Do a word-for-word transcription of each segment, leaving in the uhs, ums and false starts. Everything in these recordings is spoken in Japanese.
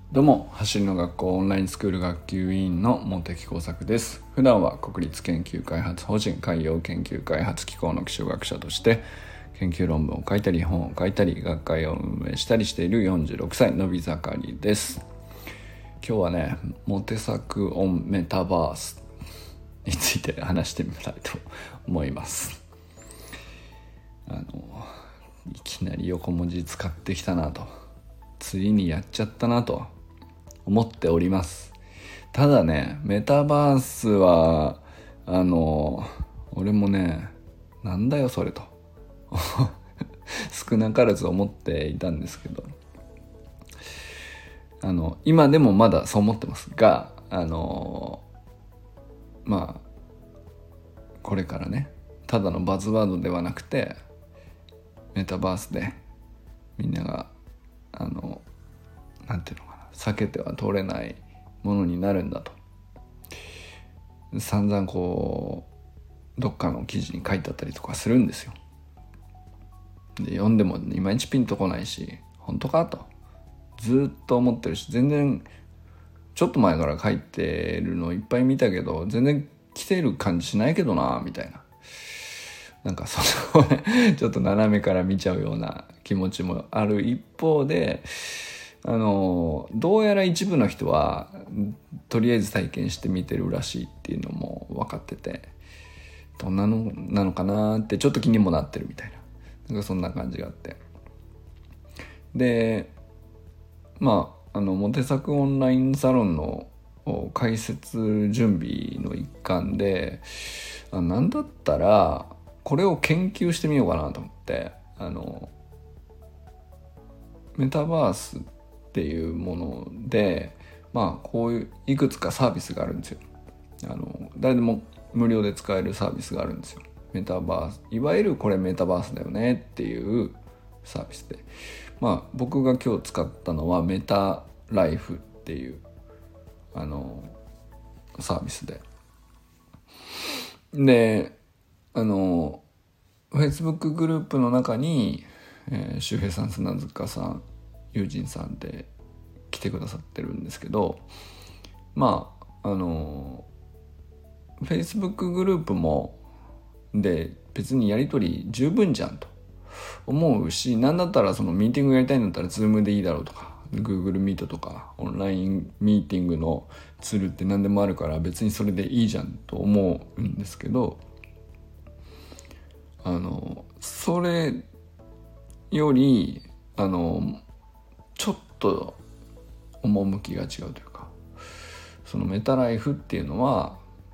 どうも、走りの学校オンラインスクール学級委員の茂木耕作です。普段は国立研究開発法人海洋研究開発機構の気象学者として研究論文を書いたり本を書いたり学会を運営したりしているよんじゅうろくさいのび盛りです。今日はね、モテ作オンメタバースについて話してみたいと思います。あのいきなり横文字使ってきたなと、ついにやっちゃったなと思っております。ただね、メタバースはあの俺もね、なんだよそれと少なからず思っていたんですけど、あの今でもまだそう思ってますが、あのまあこれからね、ただのバズワードではなくてメタバースでみんながあのなんていうのかな、避けては通れないものになるんだと散々こうどっかの記事に書いてあったりとかするんですよ。で読んでもいまいちピンとこないし、本当かとずっと思ってるし、全然ちょっと前から書いてるのいっぱい見たけど全然来てる感じしないけどなみたいな、なんかそれをねちょっと斜めから見ちゃうような気持ちもある一方で、あのどうやら一部の人はとりあえず体験してみてるらしいっていうのも分かってて、どんなのなのかなってちょっと気にもなってるみたいな、なんかそんな感じがあって、でまああのモテ作オンラインサロンの開設準備の一環で、あなんだったらこれを研究してみようかなと思って、あのメタバースっていうもので、まあこういういくつかサービスがあるんですよ。あの誰でも無料で使えるサービスがあるんですよ。メタバース、いわゆるこれメタバースだよねっていうサービスで、まあ僕が今日使ったのはメタライフっていうあのサービスで、であの Facebook グループの中に、えー、周平さん、砂塚さん、友人さんで来てくださってるんですけど、まああの Facebook グループもで別にやり取り十分じゃんと思うし、なんだったらそのミーティングやりたいんだったら Zoom でいいだろうとか Google Meet とかオンラインミーティングのツールって何でもあるから別にそれでいいじゃんと思うんですけど、あのそれよりあのちょっと趣が違うというか、そのメタライフっていうのは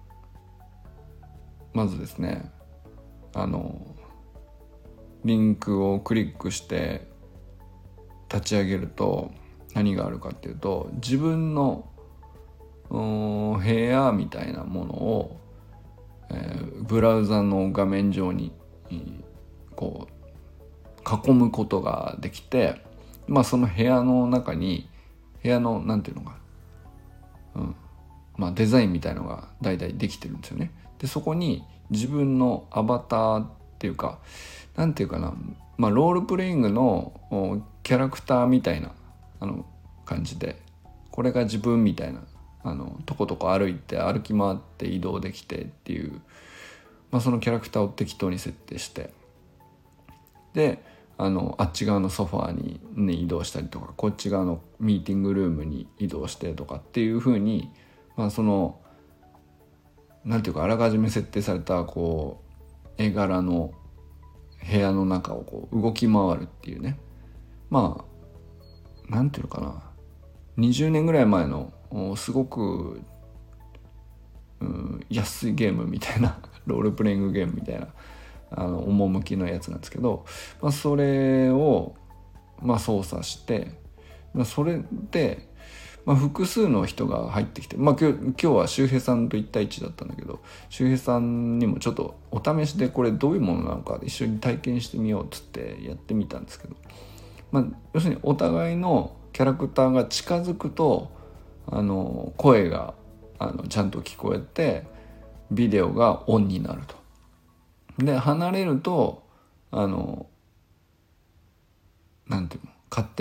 まずですね、あのリンクをクリックして立ち上げると何があるかっていうと、自分の部屋みたいなものを、えー、ブラウザの画面上にこう囲むことができて、まあその部屋の中に部屋のなんていうのか、うん、まあデザインみたいのが大体できてるんですよね。でそこに自分のアバターっていうか、なんていうかな、まあロールプレイングのキャラクターみたいなあの感じで、これが自分みたいな、あのとことこ歩いて歩き回って移動できてっていう、まあ、そのキャラクターを適当に設定して、であのあっち側のソファーに、ね、移動したりとか、こっち側のミーティングルームに移動してとかっていう風に、まあそのなんていうか、あらかじめ設定されたこう絵柄の部屋の中をこう動き回るっていうね、まあなんていうのかな、にじゅうねんぐらい前のすごく、うん、安いゲームみたいなロールプレイングゲームみたいなあの趣のやつなんですけど、まあ、それを、まあ、操作して、まあ、それで、まあ、複数の人が入ってきて、まあ、今日、今日は周平さんといち対いちだったんだけど、周平さんにもちょっとお試しでこれどういうものなのか一緒に体験してみようっつってやってみたんですけど、まあ、要するにお互いのキャラクターが近づくとあの声があのちゃんと聞こえてビデオがオンになると。で離れるとあのなんていうの、勝手に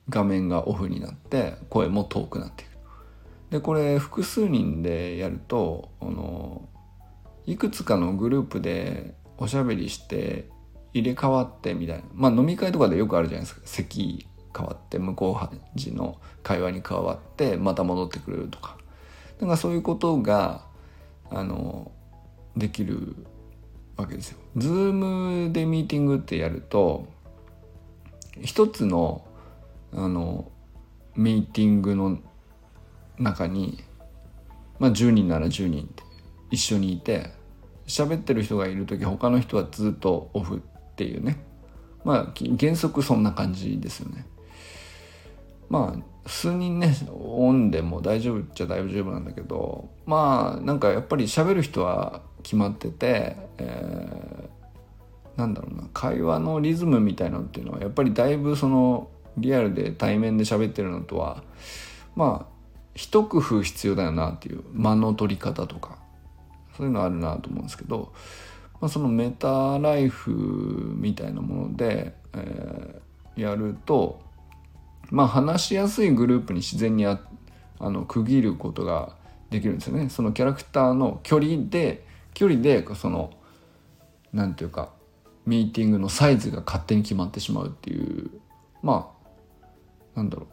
画面がオフになって声も遠くなっていく。でこれ複数人でやるとあのいくつかのグループでおしゃべりして入れ替わってみたいな、まあ飲み会とかでよくあるじゃないですか。席変わって向こう端の会話に加わってまた戻ってくるとか、なんかそういうことがあのできるわけですよ。ズームでミーティングってやると一つのあのミーティングの中に、まあ、じゅうにんならじゅうにんって一緒にいて喋ってる人がいるとき他の人はずっとオフっていうね、まあ原則そんな感じですよね。まあ数人ねオンでも大丈夫っちゃ大丈夫なんだけど、まあなんかやっぱり喋る人は決まってて、えー、なんだろうな会話のリズムみたいなのっていうのはやっぱりだいぶそのリアルで対面で喋ってるのとはまあ一工夫必要だよなっていう間の取り方とかそういうのあるなと思うんですけど、まあ、そのメタライフみたいなもので、えー、やるとまあ話しやすいグループに自然にああの区切ることができるんですよね。そのキャラクターの距離で距離でそのなんていうかミーティングのサイズが勝手に決まってしまうっていうまあなんだろう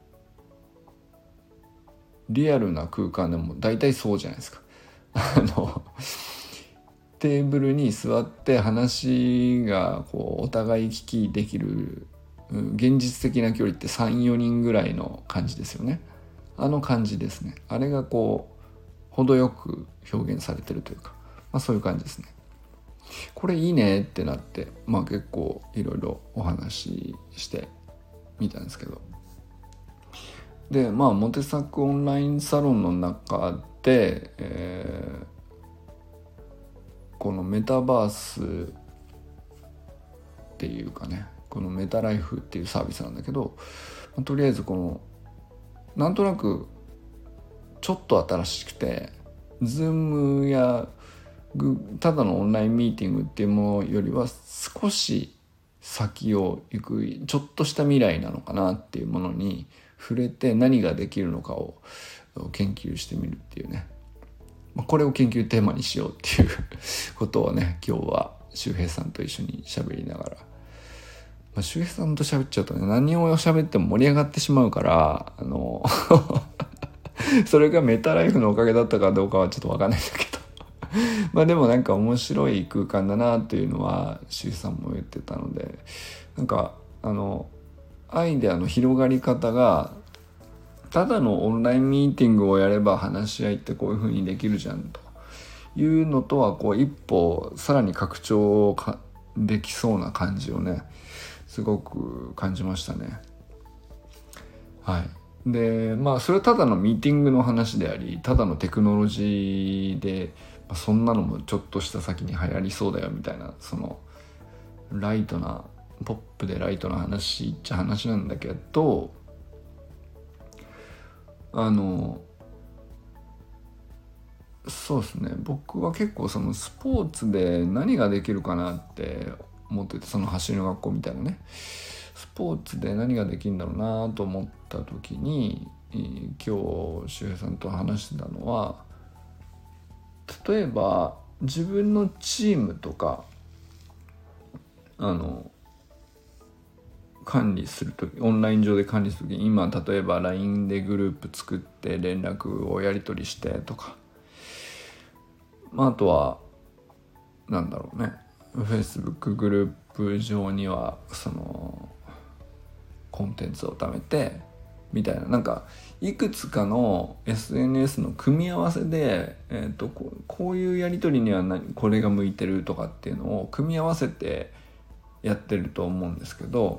リアルな空間でも大体そうじゃないですか。あのテーブルに座って話がこうお互い聞きできる現実的な距離ってさん、よにんぐらいの感じですよね。あの感じですね。あれがこう程よく表現されてるというか、まあ、そういう感じですね。これいいねってなって、まあ、結構いろいろお話ししてみたんですけど、でまあモテ作オンラインサロンの中で、えー、このメタバースっていうかねこのメタライフっていうサービスなんだけど、とりあえずこのなんとなくちょっと新しくて Zoom やただのオンラインミーティングっていうものよりは少し先を行くちょっとした未来なのかなっていうものに触れて何ができるのかを研究してみるっていうね、これを研究テーマにしようっていうことをね今日は周平さんと一緒に喋りながら、まあ、周平さんと喋っちゃうとね何を喋っても盛り上がってしまうからあのそれがメタライフのおかげだったかどうかはちょっと分かんないんだけどまあでもなんか面白い空間だなっていうのは周平さんも言ってたので、なんかあのアイデアの広がり方がただのオンラインミーティングをやれば話し合いってこういう風にできるじゃんというのとはこう一歩さらに拡張できそうな感じをねすごく感じましたね。はい。でまあそれはただのミーティングの話でありただのテクノロジーで、まあ、そんなのもちょっとした先に流行りそうだよみたいなそのライトなポップでライトな話っちゃ話なんだけど、あのそうですね僕は結構そのスポーツで何ができるかなって思ってて、その走りの学校みたいなねスポーツで何ができるんだろうなと思った時に今日周平さんと話してたのは、例えば自分のチームとかあの管理するときオンライン上で管理するときに今例えば ライン でグループ作って連絡をやり取りしてとか、まあ、あとはなんだろうね Facebook グループ上にはそのコンテンツを貯めてみたいな、なんかいくつかの エスエヌエス の組み合わせで、えーと、こう、こういうやり取りには何これが向いてるとかっていうのを組み合わせてやってると思うんですけど、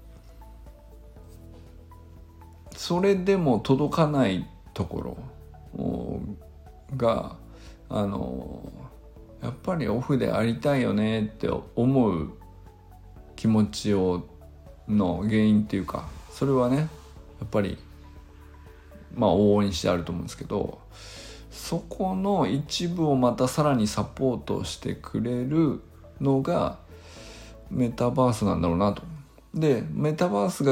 それでも届かないところがあのやっぱりオフでありたいよねって思う気持ちをの原因っていうか、それはねやっぱりまあ往々にしてあると思うんですけど、そこの一部をまたさらにサポートしてくれるのがメタバースなんだろうなと。でメタバースがで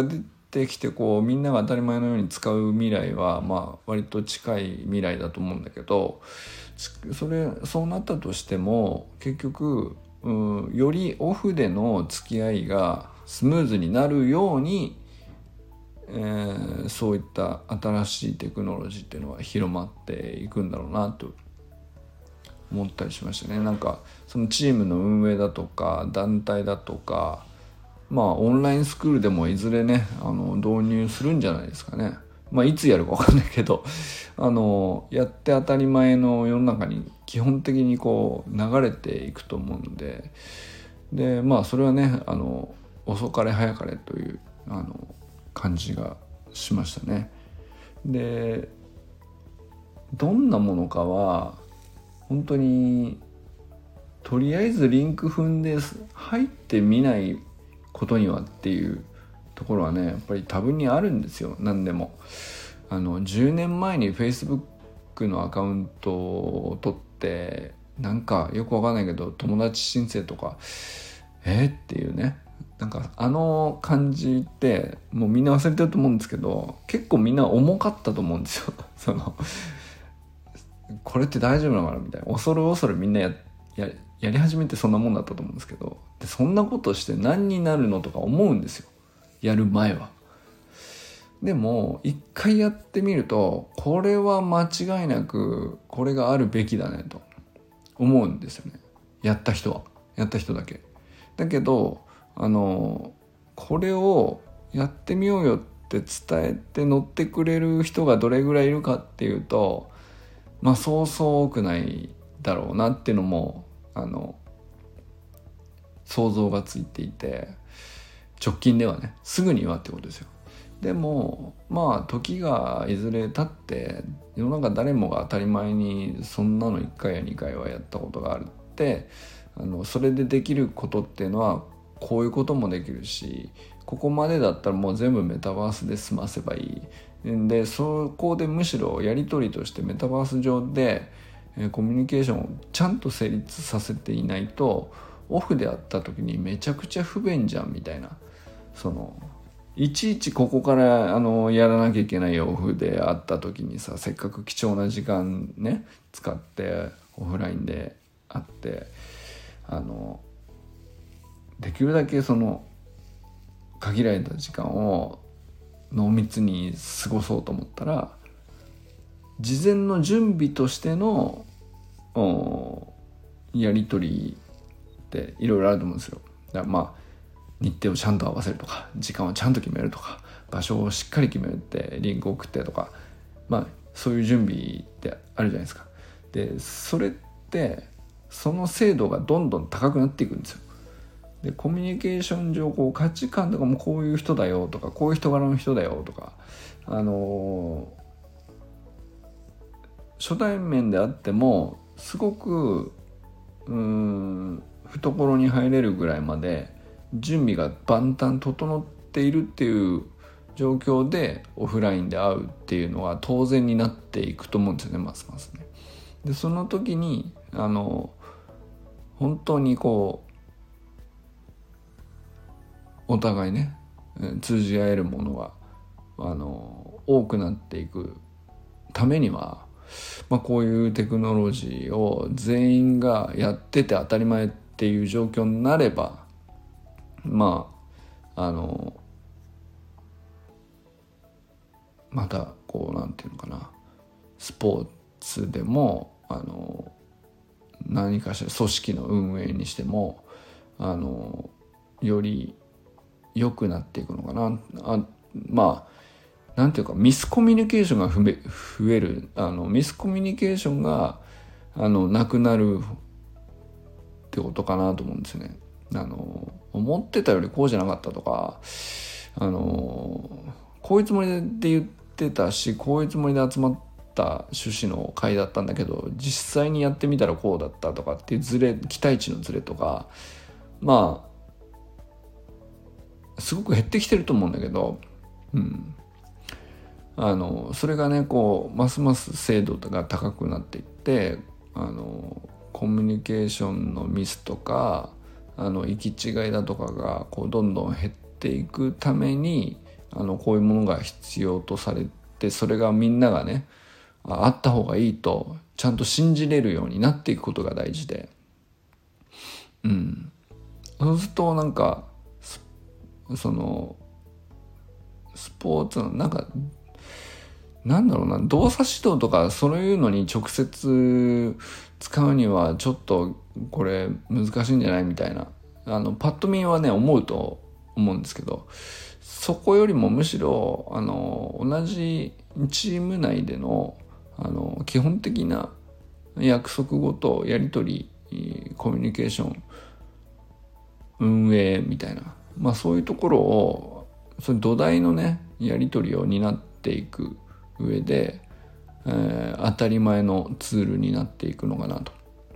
ってきてこうみんなが当たり前のように使う未来はまあ割と近い未来だと思うんだけど、それそうなったとしても結局、うん、よりオフでの付き合いがスムーズになるように、えー、そういった新しいテクノロジーっていうのは広まっていくんだろうなと思ったりしましたね。なんかそのチームの運営だとか団体だとか、まあオンラインスクールでもいずれねあの導入するんじゃないですかね。まあいつやるか分かんないけどあのやって当たり前の世の中に基本的にこう流れていくと思うので、でまあそれはねあの遅かれ早かれというあの感じがしましたね。でどんなものかは本当にとりあえずリンク踏んで入ってみないことにはっていうところはねやっぱり多分にあるんですよ。何でもあのじゅうねんまえに Facebook のアカウントを取ってなんかよくわかんないけど友達申請とかえー、っていうね、なんかあの感じってもうみんな忘れてると思うんですけど結構みんな重かったと思うんですよそのこれって大丈夫なのかなみたいな恐る恐るみんなやややり始めてそんなもんだったと思うんですけど、でそんなことして何になるのとか思うんですよやる前は。でも一回やってみるとこれは間違いなくこれがあるべきだねと思うんですよね、やった人はやった人だけ。だけどあのこれをやってみようよって伝えて乗ってくれる人がどれぐらいいるかっていうとまあそうそう多くないだろうなっていうのもあの想像がついていて、直近ではねすぐにはってことですよ。でもまあ時がいずれ経って世の中誰もが当たり前にそんなのいっかいやにかいはやったことがあるって、あのそれでできることっていうのはこういうこともできるし、ここまでだったらもう全部メタバースで済ませばいい。でそこでむしろやり取りとしてメタバース上でコミュニケーションをちゃんと成立させていないとオフであった時にめちゃくちゃ不便じゃんみたいな、そのいちいちここからあのやらなきゃいけないオフであった時にさ、せっかく貴重な時間ね使ってオフラインで会ってあのできるだけその限られた時間を濃密に過ごそうと思ったら事前の準備としてのやり取りっていろいろあると思うんですよ。だからまあ日程をちゃんと合わせるとか時間をちゃんと決めるとか場所をしっかり決めるってリンクを送ってとか、まあそういう準備ってあるじゃないですか。でそれってその精度がどんどん高くなっていくんですよ。でコミュニケーション上こう価値観とかもこういう人だよとかこういう人柄の人だよとか、あのー、初対面であってもすごくうーん懐に入れるぐらいまで準備が万端整っているっていう状況でオフラインで会うっていうのは当然になっていくと思うんですよね、ますますね。でその時にあの本当にこうお互いね通じ合えるものがあの多くなっていくためには、まあ、こういうテクノロジーを全員がやってて当たり前っていう状況になれば、まああのまたこうなんていうのかな、スポーツでもあの何かしら組織の運営にしてもあのより良くなっていくのかな。あまあなんていうかミスコミュニケーションが増える、あのミスコミュニケーションがあのなくなるってことかなと思うんですよね。あの思ってたよりこうじゃなかったとか、あのこういうつもりで言ってたしこういうつもりで集まった趣旨の会だったんだけど実際にやってみたらこうだったとかっていうズレ、期待値のズレとかまあすごく減ってきてると思うんだけど、うん、あのそれがねこうますます精度が高くなっていってあのコミュニケーションのミスとかあの行き違いだとかがこうどんどん減っていくためにあのこういうものが必要とされて、それがみんながねああった方がいいとちゃんと信じれるようになっていくことが大事で、うんそうするとなんかそのスポーツのなんかなんだろうな、動作指導とかそういうのに直接使うにはちょっとこれ難しいんじゃないみたいな、あのパッと見はね思うと思うんですけど、そこよりもむしろあの同じチーム内でのあの基本的な約束事やり取りコミュニケーション運営みたいな、まあそういうところをそれ土台のねやり取りを担っていく上で、えー、当たり前のツールになっていくのかなと。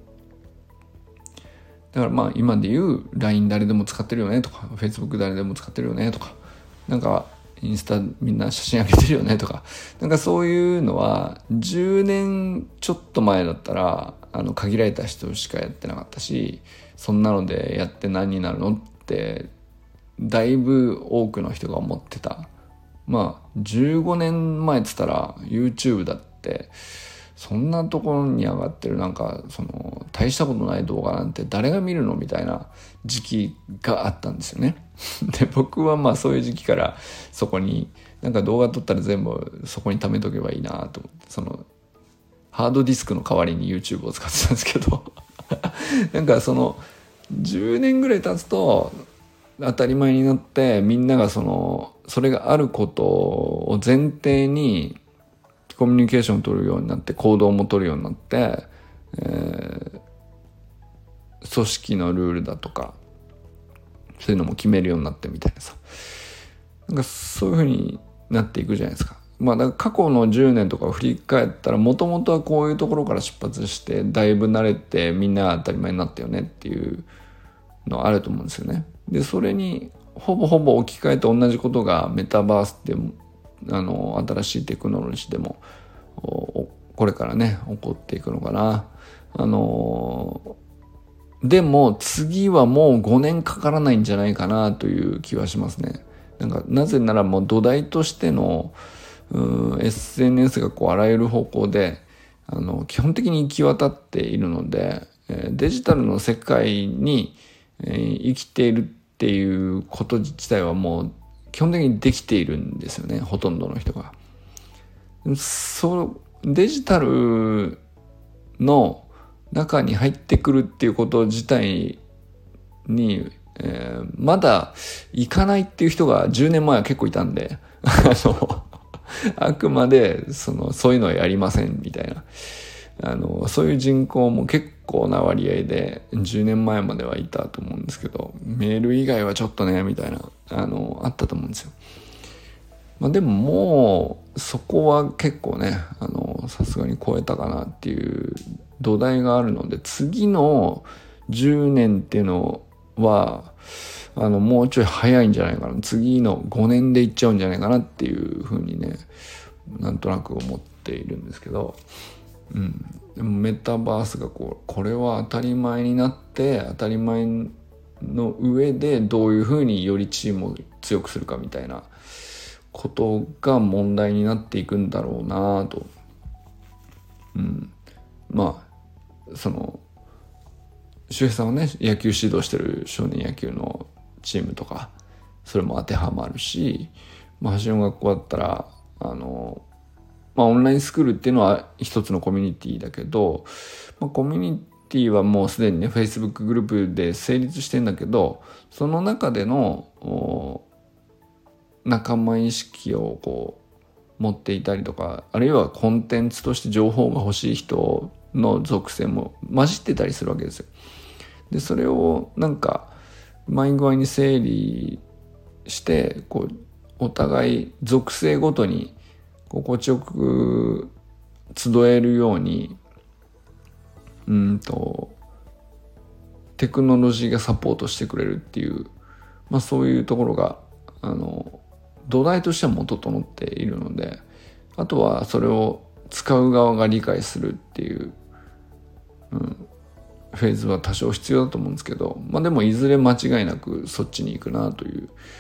だからまあ今で言う ライン 誰でも使ってるよねとか Facebook 誰でも使ってるよねとか、なんかインスタみんな写真上げてるよねとか、なんかそういうのはじゅうねんちょっと前だったらあの限られた人しかやってなかったし、そんなのでやって何になるのってだいぶ多くの人が思ってた。まあじゅうごねんまえっつったら YouTube だってそんなところに上がってるなんかその大したことない動画なんて誰が見るのみたいな時期があったんですよね。で僕はまあそういう時期からそこになんか動画撮ったら全部そこに貯めとけばいいなと思って、そのハードディスクの代わりに YouTube を使ってたんですけどなんかそのじゅうねんぐらい経つと当たり前になって、みんながそのそれがあることを前提にコミュニケーションを取るようになって、行動も取るようになって、えー、組織のルールだとかそういうのも決めるようになってみたいなさ、なんかそういう風になっていくじゃないですか。まあだから過去のじゅうねんとかを振り返ったら、もともとはこういうところから出発してだいぶ慣れてみんな当たり前になったよねっていうのあると思うんですよね。でそれにほぼほぼ置き換えて同じことがメタバースでもあの新しいテクノロジーでもこれからね起こっていくのかな。あのでも次はもうごねんかからないんじゃないかなという気はしますね。なんかなぜならもう土台としてのう エスエヌエス がこうあらゆる方向であの基本的に行き渡っているので、デジタルの世界に生きているっていうこと自体はもう基本的にできているんですよね、ほとんどの人が。そうデジタルの中に入ってくるっていうこと自体に、えー、まだ行かないっていう人がじゅうねんまえは結構いたんであのあくまでそのそういうのはやりませんみたいな、あのそういう人口も結構な割合でじゅうねんまえまではいたと思うんですけど、メール以外はちょっとねみたいなあのあったと思うんですよ。まあ、でももうそこは結構ねあのさすがに超えたかなっていう土台があるので、次のじゅうねんっていうのはあのもうちょい早いんじゃないかな、次のごねんでいっちゃうんじゃないかなっていうふうにねなんとなく思っているんですけど、うん、でもメタバースがこうこれは当たり前になって当たり前の上でどういうふうによりチームを強くするかみたいなことが問題になっていくんだろうなと、うん、まあその周平さんはね野球指導してる少年野球のチームとかそれも当てはまるし、まあ、橋の学校だったらあの、まあ、オンラインスクールっていうのは一つのコミュニティだけど、まあ、コミュニティはもうすでにね Facebook グループで成立してんだけど、その中での仲間意識をこう持っていたりとか、あるいはコンテンツとして情報が欲しい人の属性も混じってたりするわけですよ。でそれをなんかうまい具合に整理してこうお互い属性ごとに心地よく集えるようにうんとテクノロジーがサポートしてくれるっていう、まあ、そういうところがあの土台としてはもう整っているので、あとはそれを使う側が理解するっていう、うん、フェーズは多少必要だと思うんですけど、まあでもいずれ間違いなくそっちに行くなという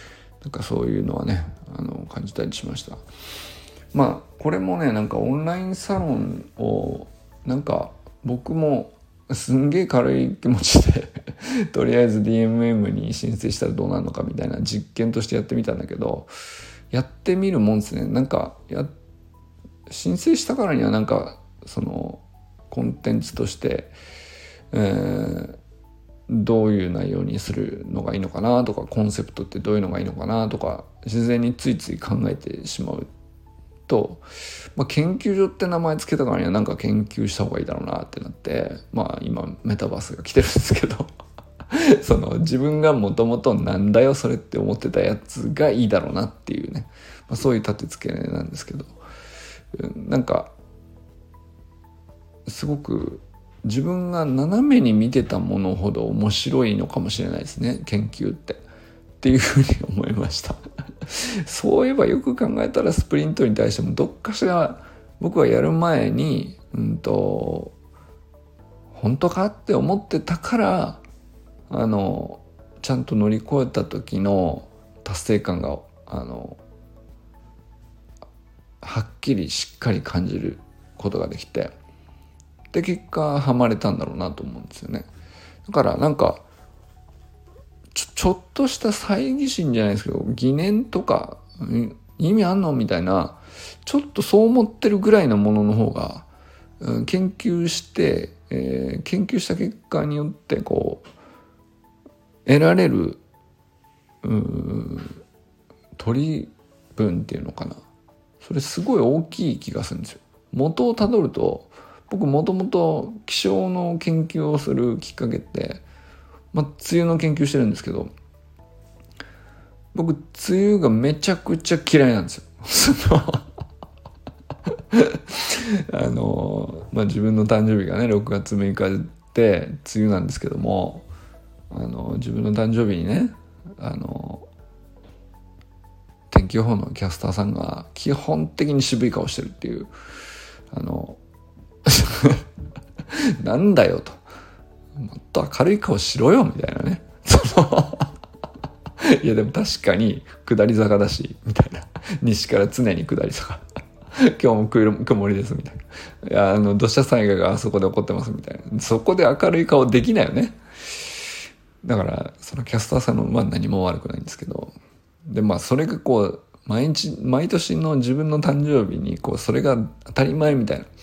なんかそういうのはねあの感じたりしました。まあこれもねなんかオンラインサロンをなんか僕もすんげえ軽い気持ちでとりあえず ディーエムエム に申請したらどうなるのかみたいな実験としてやってみたんだけど、やってみるもんですね。なんかや申請したからにはなんかそのコンテンツとして、えー、どういう内容にするのがいいのかなとか、コンセプトってどういうのがいいのかなとか自然についつい考えてしまうと、まあ、研究所って名前つけたからにはなんか研究した方がいいだろうなってなって、まあ今メタバースが来てるんですけどその自分がもともとなんだよそれって思ってたやつがいいだろうなっていうね、まあ、そういう立て付けなんですけど、なんかすごく自分が斜めに見てたものほど面白いのかもしれないですね、研究ってっていうふうに思いましたそういえばよく考えたらスプリントに対してもどっかしら僕はやる前にうんと本当かって思ってたから、あのちゃんと乗り越えた時の達成感があのはっきりしっかり感じることができて、で結果ハマれたんだろうなと思うんですよね。だからなんかちょ、ちょっとした猜疑心じゃないですけど疑念とか意味あんのみたいな、ちょっとそう思ってるぐらいのものの方が、うん、研究して、えー、研究した結果によってこう得られる取り分っていうのかな、それすごい大きい気がするんですよ。元をたどると僕もともと気象の研究をするきっかけって、まあ、梅雨の研究してるんですけど、僕梅雨がめちゃくちゃ嫌いなんですよあの、まあ、自分の誕生日がねろくがつむいかで梅雨なんですけども、あの自分の誕生日にねあの天気予報のキャスターさんが基本的に渋い顔してるっていう、あのなんだよと、もっと明るい顔しろよみたいなねそのいやでも確かに下り坂だしみたいな、西から常に下り坂今日も曇りですみたいな、いやあの土砂災害があそこで起こってますみたいな、そこで明るい顔できないよね。だからそのキャスターさんのまあ何も悪くないんですけど、でまあそれがこう毎日毎年の自分の誕生日にこうそれが当たり前みたいな、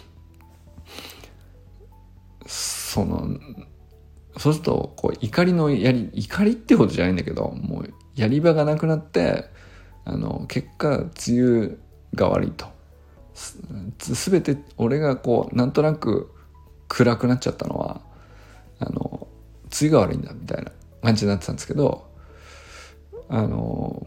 そのそうするとこう怒りのやり怒りってことじゃないんだけど、もうやり場がなくなって、あの結果梅雨が悪いと、すべて俺がこうなんとなく暗くなっちゃったのはあの梅雨が悪いんだみたいな感じになってたんですけど、あの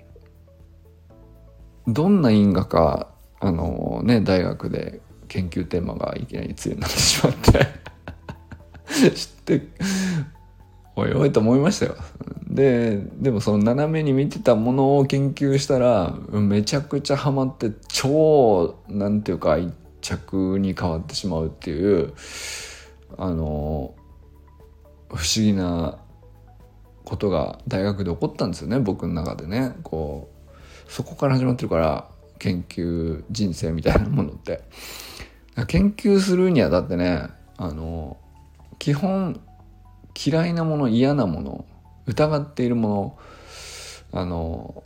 どんな因果かあのね大学で研究テーマがいきなり梅雨になってしまって知っておいおいと思いましたよ。ででもその斜めに見てたものを研究したらめちゃくちゃハマって、超なんていうか一着に変わってしまうっていう、あの不思議なことが大学で起こったんですよね、僕の中でね。こうそこから始まってるから、研究人生みたいなものって研究するにはだってね、あの基本嫌いなもの、嫌なもの、疑っているもの、あの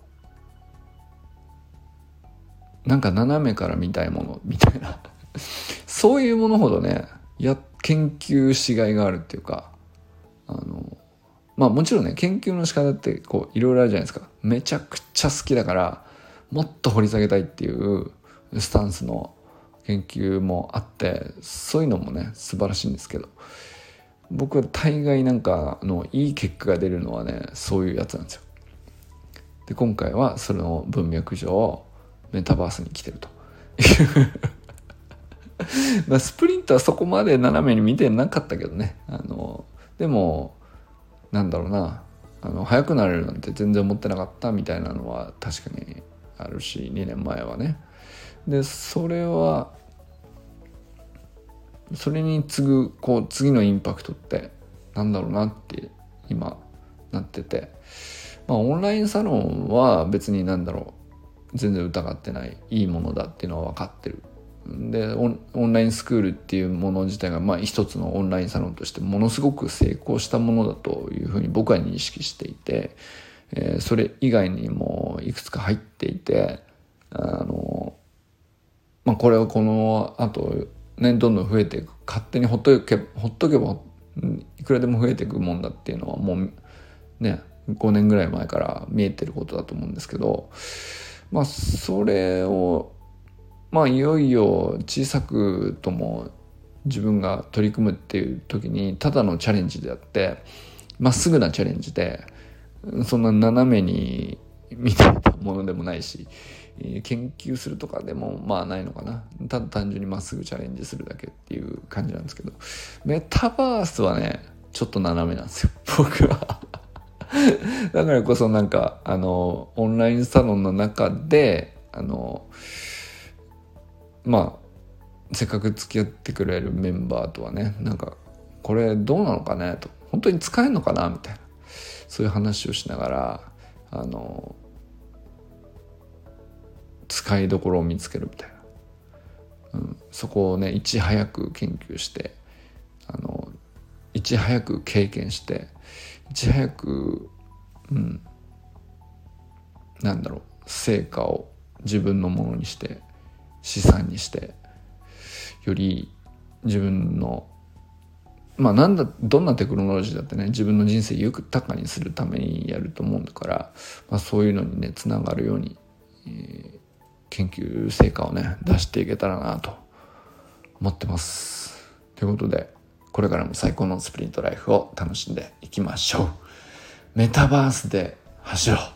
なんか斜めから見たいものみたいなそういうものほどねや研究しがいがあるっていうか、あのまあもちろんね研究の仕方ってこういろいろあるじゃないですか。めちゃくちゃ好きだからもっと掘り下げたいっていうスタンスの研究もあって、そういうのもね素晴らしいんですけど、僕は大概なんかのいい結果が出るのはねそういうやつなんですよ。で今回はその文脈上メタバースに来てるとまあスプリントはそこまで斜めに見てなかったけどね、あのでもなんだろうな、あの速くなれるなんて全然思ってなかったみたいなのは確かにあるし、にねんまえはね。でそれはそれに次ぐこう次のインパクトってなんだろうなって今なってて、 まあ、オンラインサロンは別に何だろう全然疑ってないいいものだっていうのは分かってる。でオン、オンラインスクールっていうもの自体がまあ一つのオンラインサロンとしてものすごく成功したものだというふうに僕は認識していて、えー、それ以外にもいくつか入っていて、あの、まあ、これをこの後ねどんどん増えていく、勝手にほっとけほっとけばいくらでも増えていくもんだっていうのはもうねごねんぐらい前から見えてることだと思うんですけど、まあそれをまあいよいよ小さくとも自分が取り組むっていう時にただのチャレンジであってまっすぐなチャレンジでそんな斜めに見ていたものでもないし研究するとかでもまあないのかな。ただ単純にまっすぐチャレンジするだけっていう感じなんですけど、メタバースはねちょっと斜めなんですよ僕はだからこそなんかあのオンラインサロンの中であのまあせっかく付き合ってくれるメンバーとはねなんかこれどうなのかねと本当に使えるのかなみたいなそういう話をしながらあの使いどころを見つけるみたいな、うん、そこをねいち早く研究してあのいち早く経験していち早く、うん、なんだろう成果を自分のものにして資産にしてより自分のまあなんだどんなテクノロジーだってね自分の人生豊かにするためにやると思うんだから、まあ、そういうのにねつながるように、えー、研究成果をね出していけたらなと思ってます。ということでこれからも最高のスプリントライフを楽しんでいきましょう。メタバースで走ろう。